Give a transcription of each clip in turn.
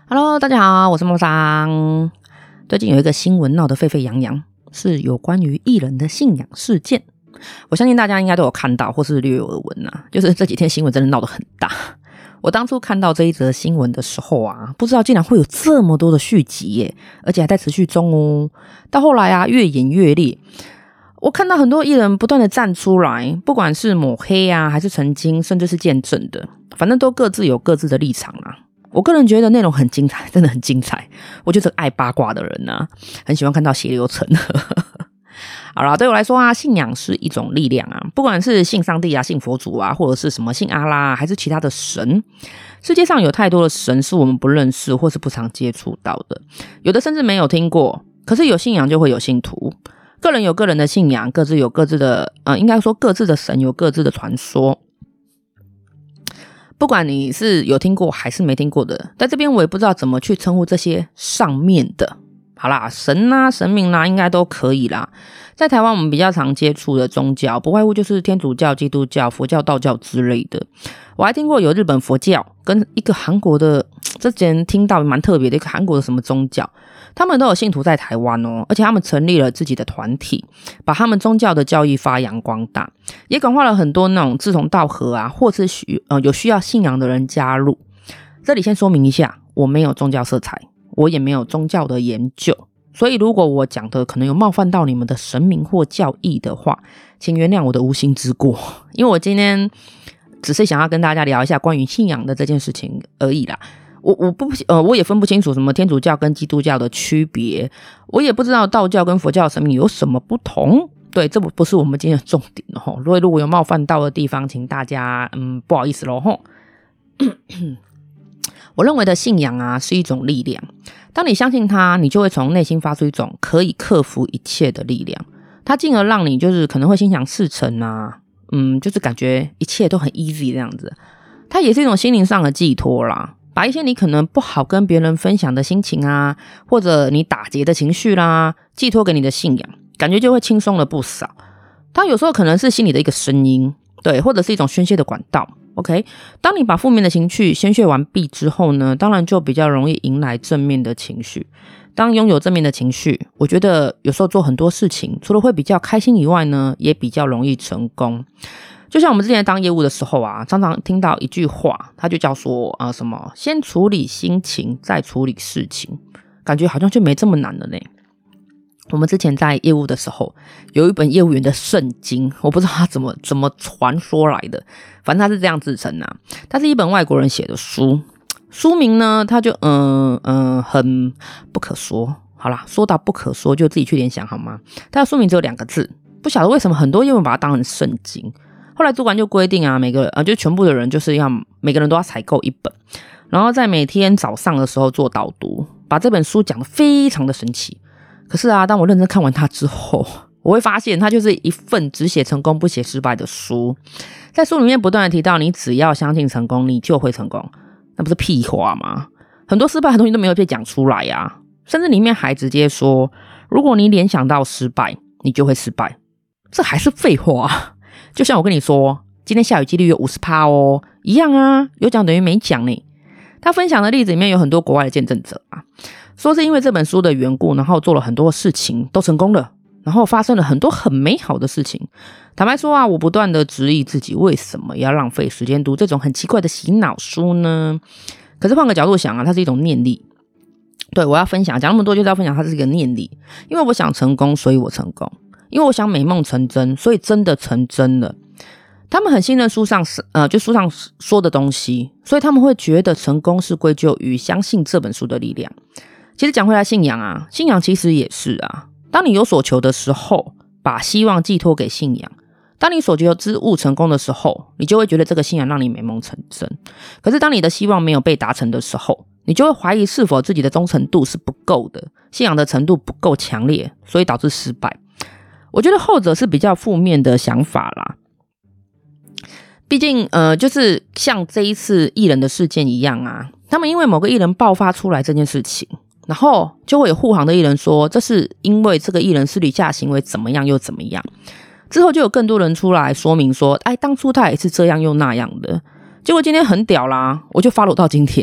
Hello， 大家好，我是莫桑。最近有一个新闻闹得沸沸扬扬，是有关于艺人的信仰事件。我相信大家应该都有看到或是略有耳闻啊，就是这几天新闻真的闹得很大。我当初看到这一则新闻的时候啊，不知道竟然会有这么多的续集耶，而且还在持续中哦。到后来啊，越演越烈。我看到很多艺人不断的站出来，不管是抹黑啊，还是澄清，甚至是见证的，反正都各自有各自的立场啦。我个人觉得内容很精彩，真的很精彩。我就是爱八卦的人啊，很喜欢看到血流成河。好啦，对我来说啊，信仰是一种力量啊，不管是信上帝啊、信佛祖啊，或者是什么信阿拉，还是其他的神，世界上有太多的神是我们不认识或是不常接触到的，有的甚至没有听过。可是有信仰就会有信徒，个人有个人的信仰，各自有各自的应该说各自的神有各自的传说。不管你是有听过还是没听过的，在这边我也不知道怎么去称呼这些上面的。好啦，神啊、神明啦，应该都可以啦。在台湾我们比较常接触的宗教，不外乎就是天主教、基督教、佛教、道教之类的。我还听过有日本佛教跟一个韩国的，之前听到蛮特别的一个韩国的什么宗教，他们都有信徒在台湾哦，而且他们成立了自己的团体，把他们宗教的教义发扬光大，也感化了很多那种志同道合啊，或是有需要信仰的人加入。这里先说明一下，我没有宗教色彩，我也没有宗教的研究，所以如果我讲的可能有冒犯到你们的神明或教义的话，请原谅我的无心之过，因为我今天只是想要跟大家聊一下关于信仰的这件事情而已啦。我也分不清楚什么天主教跟基督教的区别，我也不知道道教跟佛教的神明有什么不同。对，这不是我们今天的重点齁。所以如果有冒犯到的地方，请大家不好意思咯齁。我认为的信仰啊是一种力量，当你相信它，你就会从内心发出一种可以克服一切的力量，它进而让你就是可能会心想事成啊，就是感觉一切都很 easy 这样子。它也是一种心灵上的寄托啦，把一些你可能不好跟别人分享的心情啊，或者你打结的情绪啦，寄托给你的信仰，感觉就会轻松了不少。它有时候可能是心里的一个声音，对，或者是一种宣泄的管道。OK， 当你把负面的情绪宣泄完毕之后呢，当然就比较容易迎来正面的情绪。当拥有正面的情绪，我觉得有时候做很多事情，除了会比较开心以外呢，也比较容易成功。就像我们之前当业务的时候啊，常常听到一句话，它就叫说什么先处理心情再处理事情，感觉好像就没这么难了呢。我们之前在业务的时候，有一本业务员的圣经，我不知道他怎么传说来的，反正他是这样自称啊。它是一本外国人写的书，书名呢，他就很不可说。好啦，说到不可说，就自己去联想好吗？它的书名只有2个字，不晓得为什么很多业务员把它当成圣经。后来主管就规定啊，就全部的人就是要每个人都要采购一本，然后在每天早上的时候做导读，把这本书讲得非常的神奇。可是啊，当我认真看完它之后，我会发现它就是一份只写成功不写失败的书。在书里面不断的提到，你只要相信成功，你就会成功，那不是屁话吗？很多失败的东西都没有被讲出来啊，甚至里面还直接说，如果你联想到失败，你就会失败，这还是废话啊。就像我跟你说，今天下雨几率有 50% 哦，一样啊，有讲等于没讲呢。他分享的例子里面有很多国外的见证者啊，说是因为这本书的缘故，然后做了很多事情都成功了，然后发生了很多很美好的事情。坦白说啊，我不断的质疑自己为什么要浪费时间读这种很奇怪的洗脑书呢？可是换个角度想啊，它是一种念力。对，我要分享，讲那么多就是要分享它是一个念力。因为我想成功，所以我成功；因为我想美梦成真，所以真的成真了。他们很信任书上就书上说的东西，所以他们会觉得成功是归咎于相信这本书的力量。其实讲回来，信仰啊，信仰其实也是啊。当你有所求的时候，把希望寄托给信仰；当你所求之物成功的时候，你就会觉得这个信仰让你美梦成真。可是当你的希望没有被达成的时候，你就会怀疑是否自己的忠诚度是不够的，信仰的程度不够强烈，所以导致失败。我觉得后者是比较负面的想法啦。毕竟就是像这一次艺人的事件一样啊，他们因为某个艺人爆发出来这件事情，然后就会有护航的艺人说这是因为这个艺人私底下行为怎么样又怎么样，之后就有更多人出来说明说当初他也是这样又那样的。结果今天很屌啦，我就follow到今天，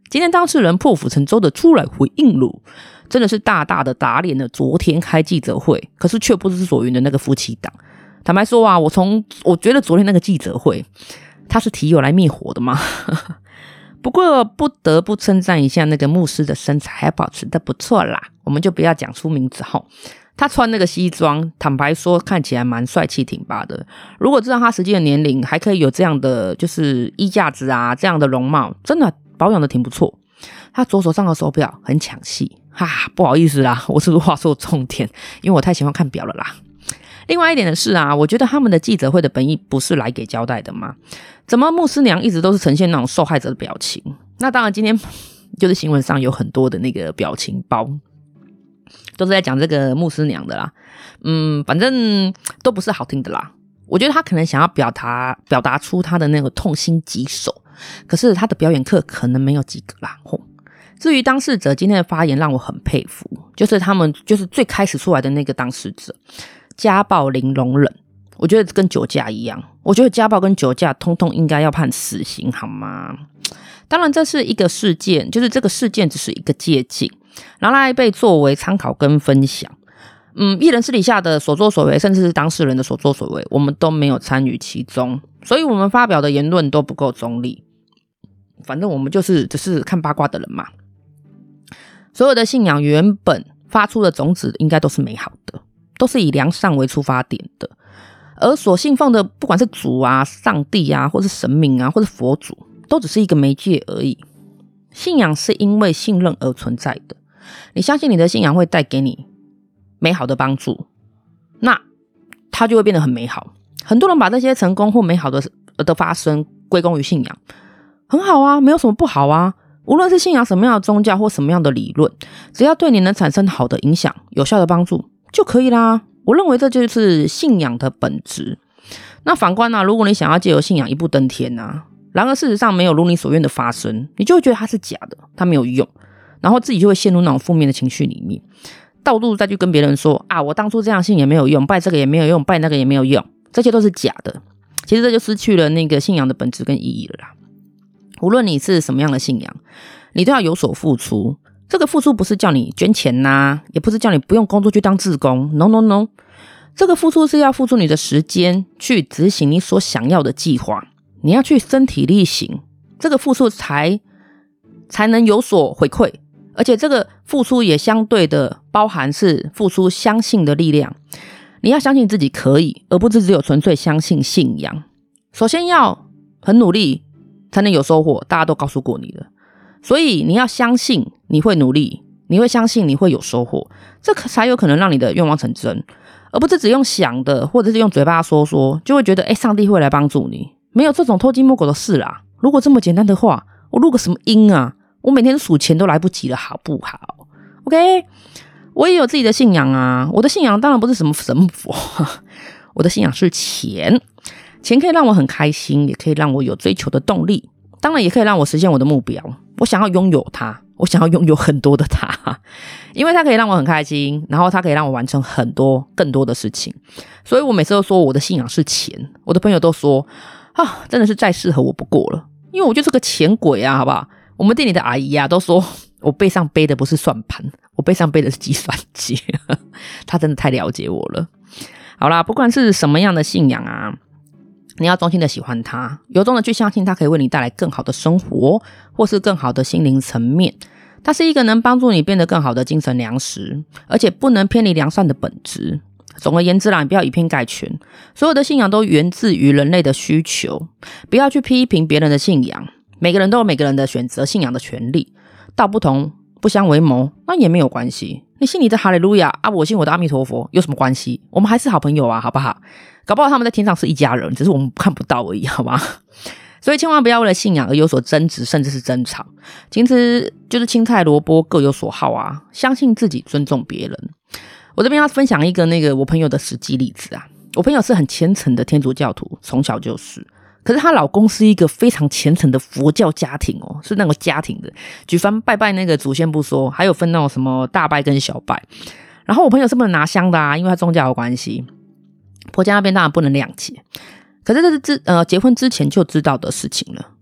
今天当事人破釜沉舟的出来回应了，真的是大大的打脸了昨天开记者会可是却不知所云的那个夫妻档。坦白说啊，我觉得昨天那个记者会他是提友来灭火的吗？不过不得不称赞一下那个牧师的身材还保持得不错啦，我们就不要讲出名字后，他穿那个西装，坦白说看起来蛮帅气挺拔的。如果知道他实际的年龄还可以有这样的就是衣架子啊，这样的容貌，真的保养的挺不错。他左手上的手表很抢戏不好意思啦，我是不是话说重点，因为我太喜欢看表了啦。另外一点的是啊，我觉得他们的记者会的本意不是来给交代的嘛，怎么牧师娘一直都是呈现那种受害者的表情？那当然今天就是新闻上有很多的那个表情包都是在讲这个牧师娘的啦，反正都不是好听的啦。我觉得他可能想要表达出他的那个痛心疾首，可是他的表演课可能没有几个啦。至于当事者今天的发言让我很佩服，就是他们就是最开始出来的那个当事者，家暴零容忍，我觉得跟酒驾一样，我觉得家暴跟酒驾通通应该要判死刑好吗？当然这是一个事件，就是这个事件只是一个借鉴，拿来被作为参考跟分享。艺人私底下的所作所为，甚至是当事人的所作所为，我们都没有参与其中，所以我们发表的言论都不够中立。反正我们就是只是看八卦的人嘛。所有的信仰原本发出的种子应该都是美好的，都是以良善为出发点的，而所信奉的不管是主啊、上帝啊，或是神明啊，或是佛祖，都只是一个媒介而已。信仰是因为信任而存在的，你相信你的信仰会带给你美好的帮助，那它就会变得很美好。很多人把这些成功或美好的发生归功于信仰，很好啊，没有什么不好啊。无论是信仰什么样的宗教或什么样的理论，只要对你能产生好的影响、有效的帮助就可以啦。我认为这就是信仰的本质。那反观啊，如果你想要借由信仰一步登天啊，然而事实上没有如你所愿的发生，你就会觉得它是假的，它没有用，然后自己就会陷入那种负面的情绪里面，到处再去跟别人说啊，我当初这样信也没有用，拜这个也没有用，拜那个也没有用，这些都是假的。其实这就失去了那个信仰的本质跟意义了啦。无论你是什么样的信仰，你都要有所付出。这个付出不是叫你捐钱啊，也不是叫你不用工作去当志工， No， 这个付出是要付出你的时间去执行你所想要的计划，你要去身体力行，这个付出才能有所回馈，而且这个付出也相对的包含是付出相信的力量。你要相信自己可以，而不是只有纯粹相信信仰。首先要很努力才能有收获，大家都告诉过你的，所以你要相信你会努力，你会相信你会有收获，这才有可能让你的愿望成真，而不是只用想的或者是用嘴巴说就会觉得上帝会来帮助你。没有这种偷鸡摸狗的事啦。如果这么简单的话，我录个什么音啊，我每天数钱都来不及了，好不好？ OK， 我也有自己的信仰啊，我的信仰当然不是什么神佛，我的信仰是钱。钱可以让我很开心，也可以让我有追求的动力，当然也可以让我实现我的目标。我想要拥有它，我想要拥有很多的它，因为它可以让我很开心，然后它可以让我完成很多更多的事情。所以我每次都说我的信仰是钱，我的朋友都说真的是再适合我不过了，因为我就是个钱鬼啊，好不好？我们店里的阿姨啊都说我背上背的不是算盘，我背上背的是计算机她真的太了解我了。好啦，不管是什么样的信仰啊，你要衷心的喜欢它，由衷的去相信它可以为你带来更好的生活，或是更好的心灵层面。它是一个能帮助你变得更好的精神粮食，而且不能偏离良善的本质。总而言之啦，你不要以偏概全，所有的信仰都源自于人类的需求，不要去批评别人的信仰，每个人都有每个人的选择信仰的权利，道不同不相为谋，那也没有关系。你信你的哈利路亚啊，我信我的阿弥陀佛，有什么关系？我们还是好朋友啊，好不好？搞不好他们在天上是一家人，只是我们看不到而已，好吗？所以千万不要为了信仰而有所争执，甚至是争吵。其实就是青菜萝卜各有所好啊，相信自己，尊重别人。我这边要分享一个我朋友的实际例子啊。我朋友是很虔诚的天主教徒，从小就是。可是她老公是一个非常虔诚的佛教家庭哦，是那种家庭的，举凡拜拜那个祖先不说，还有分那种什么大拜跟小拜。然后我朋友是不能拿香的啊，因为他宗教有关系。婆家那边当然不能谅解，可是这是结婚之前就知道的事情了。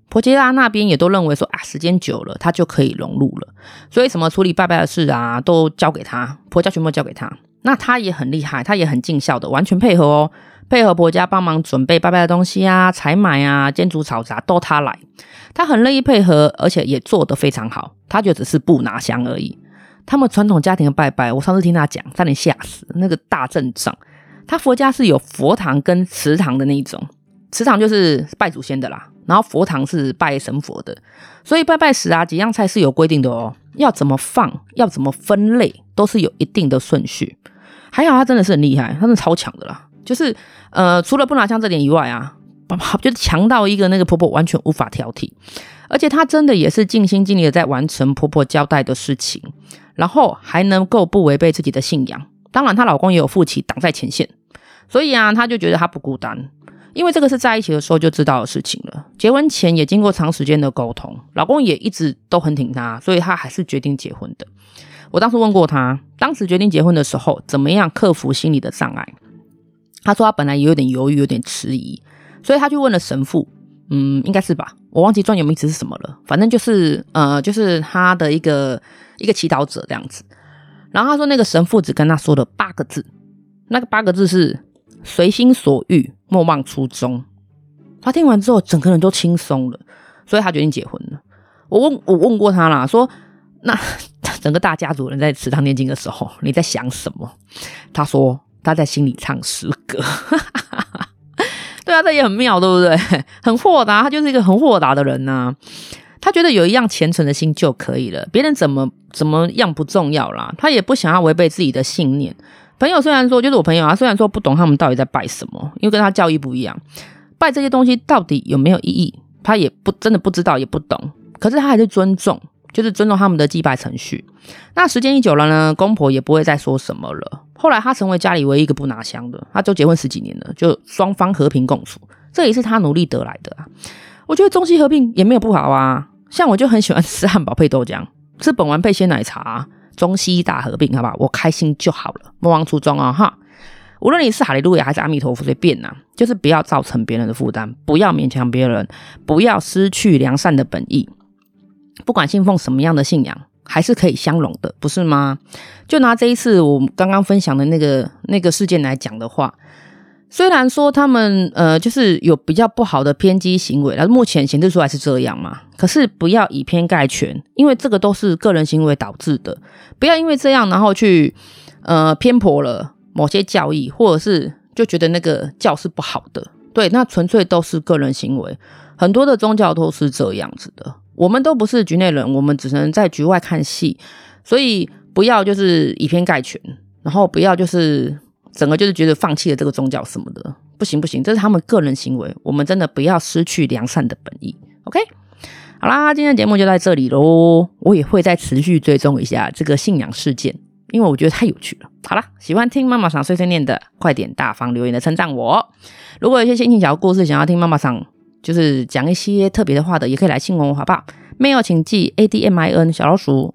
婆家那边也都认为说时间久了她就可以融入了，所以什么处理拜拜的事啊都交给她，婆家全部交给她。那她也很厉害，她也很尽孝的，完全配合哦，配合婆家帮忙准备拜拜的东西啊，采买啊，煎煮炒炸都她来，她很乐意配合，而且也做得非常好，她就只是不拿香而已。他们传统家庭的拜拜，我上次听他讲差点吓死，那个大阵仗，他佛家是有佛堂跟祠堂的那一种，祠堂就是拜祖先的啦，然后佛堂是拜神佛的，所以拜拜时几样菜是有规定的哦，要怎么放，要怎么分类，都是有一定的顺序。还好他真的是很厉害，他真的超强的啦，就是除了不拿香这点以外就是强到一个那个婆婆完全无法挑剔，而且她真的也是尽心尽力的在完成婆婆交代的事情，然后还能够不违背自己的信仰。当然她老公也有负起挡在前线，所以她就觉得她不孤单，因为这个是在一起的时候就知道的事情了，结婚前也经过长时间的沟通，老公也一直都很挺她，所以她还是决定结婚的。我当时问过她，当时决定结婚的时候怎么样克服心理的障碍，她说她本来也有点犹豫，有点迟疑，所以她去问了神父，应该是吧，我忘记专有名词是什么了，反正就是她的一个祈祷者这样子。然后她说那个神父只跟她说了8个字，那个8个字是随心所欲，莫忘初衷。她听完之后整个人都轻松了，所以她决定结婚了。我问过她啦，说那整个大家族人在祠堂念经的时候你在想什么？她说她在心里唱诗歌对啊，这也很妙对不对？很豁达，她就是一个很豁达的人啊。她觉得有一样虔诚的心就可以了，别人怎么样不重要啦，她也不想要违背自己的信念。朋友虽然说就是我朋友虽然说不懂他们到底在拜什么，因为跟他教义不一样，拜这些东西到底有没有意义他也真的不知道也不懂，可是他还是尊重，就是尊重他们的祭拜程序。那时间一久了呢，公婆也不会再说什么了。后来他成为家里唯一一个不拿香的，他就结婚10几年了，就双方和平共处，这也是他努力得来的我觉得中西合并也没有不好啊，像我就很喜欢吃汉堡配豆浆，吃本丸配鲜奶茶中西大合并好不好？我开心就好了，莫忘初衷哈。无论你是哈利路亚还是阿弥陀佛，随便就是不要造成别人的负担，不要勉强别人，不要失去良善的本意。不管信奉什么样的信仰，还是可以相容的，不是吗？就拿这一次我刚刚分享的那个事件来讲的话，虽然说他们就是有比较不好的偏激行为，目前显示出来是这样嘛，可是不要以偏概全，因为这个都是个人行为导致的，不要因为这样然后去偏颇了某些教义，或者是就觉得那个教是不好的。对，那纯粹都是个人行为，很多的宗教都是这样子的，我们都不是局内人，我们只能在局外看戏，所以不要就是以偏概全，然后不要就是整个就是觉得放弃了这个宗教什么的，不行，这是他们个人行为，我们真的不要失去良善的本意。 OK， 好啦，今天的节目就在这里咯，我也会再持续追踪一下这个信仰事件，因为我觉得太有趣了。好啦，喜欢听妈妈桑碎碎念的，快点大方留言的称赞我。如果有一些心情小故事想要听妈妈桑就是讲一些特别的话的，也可以来信我好不好？ mail 请寄 ADMIN 小老鼠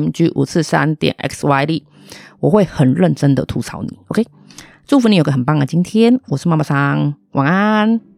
OMG543.XYZ， 我会很认真的吐槽你。 OK， 祝福你有个很棒的今天，我是妈妈桑，晚安。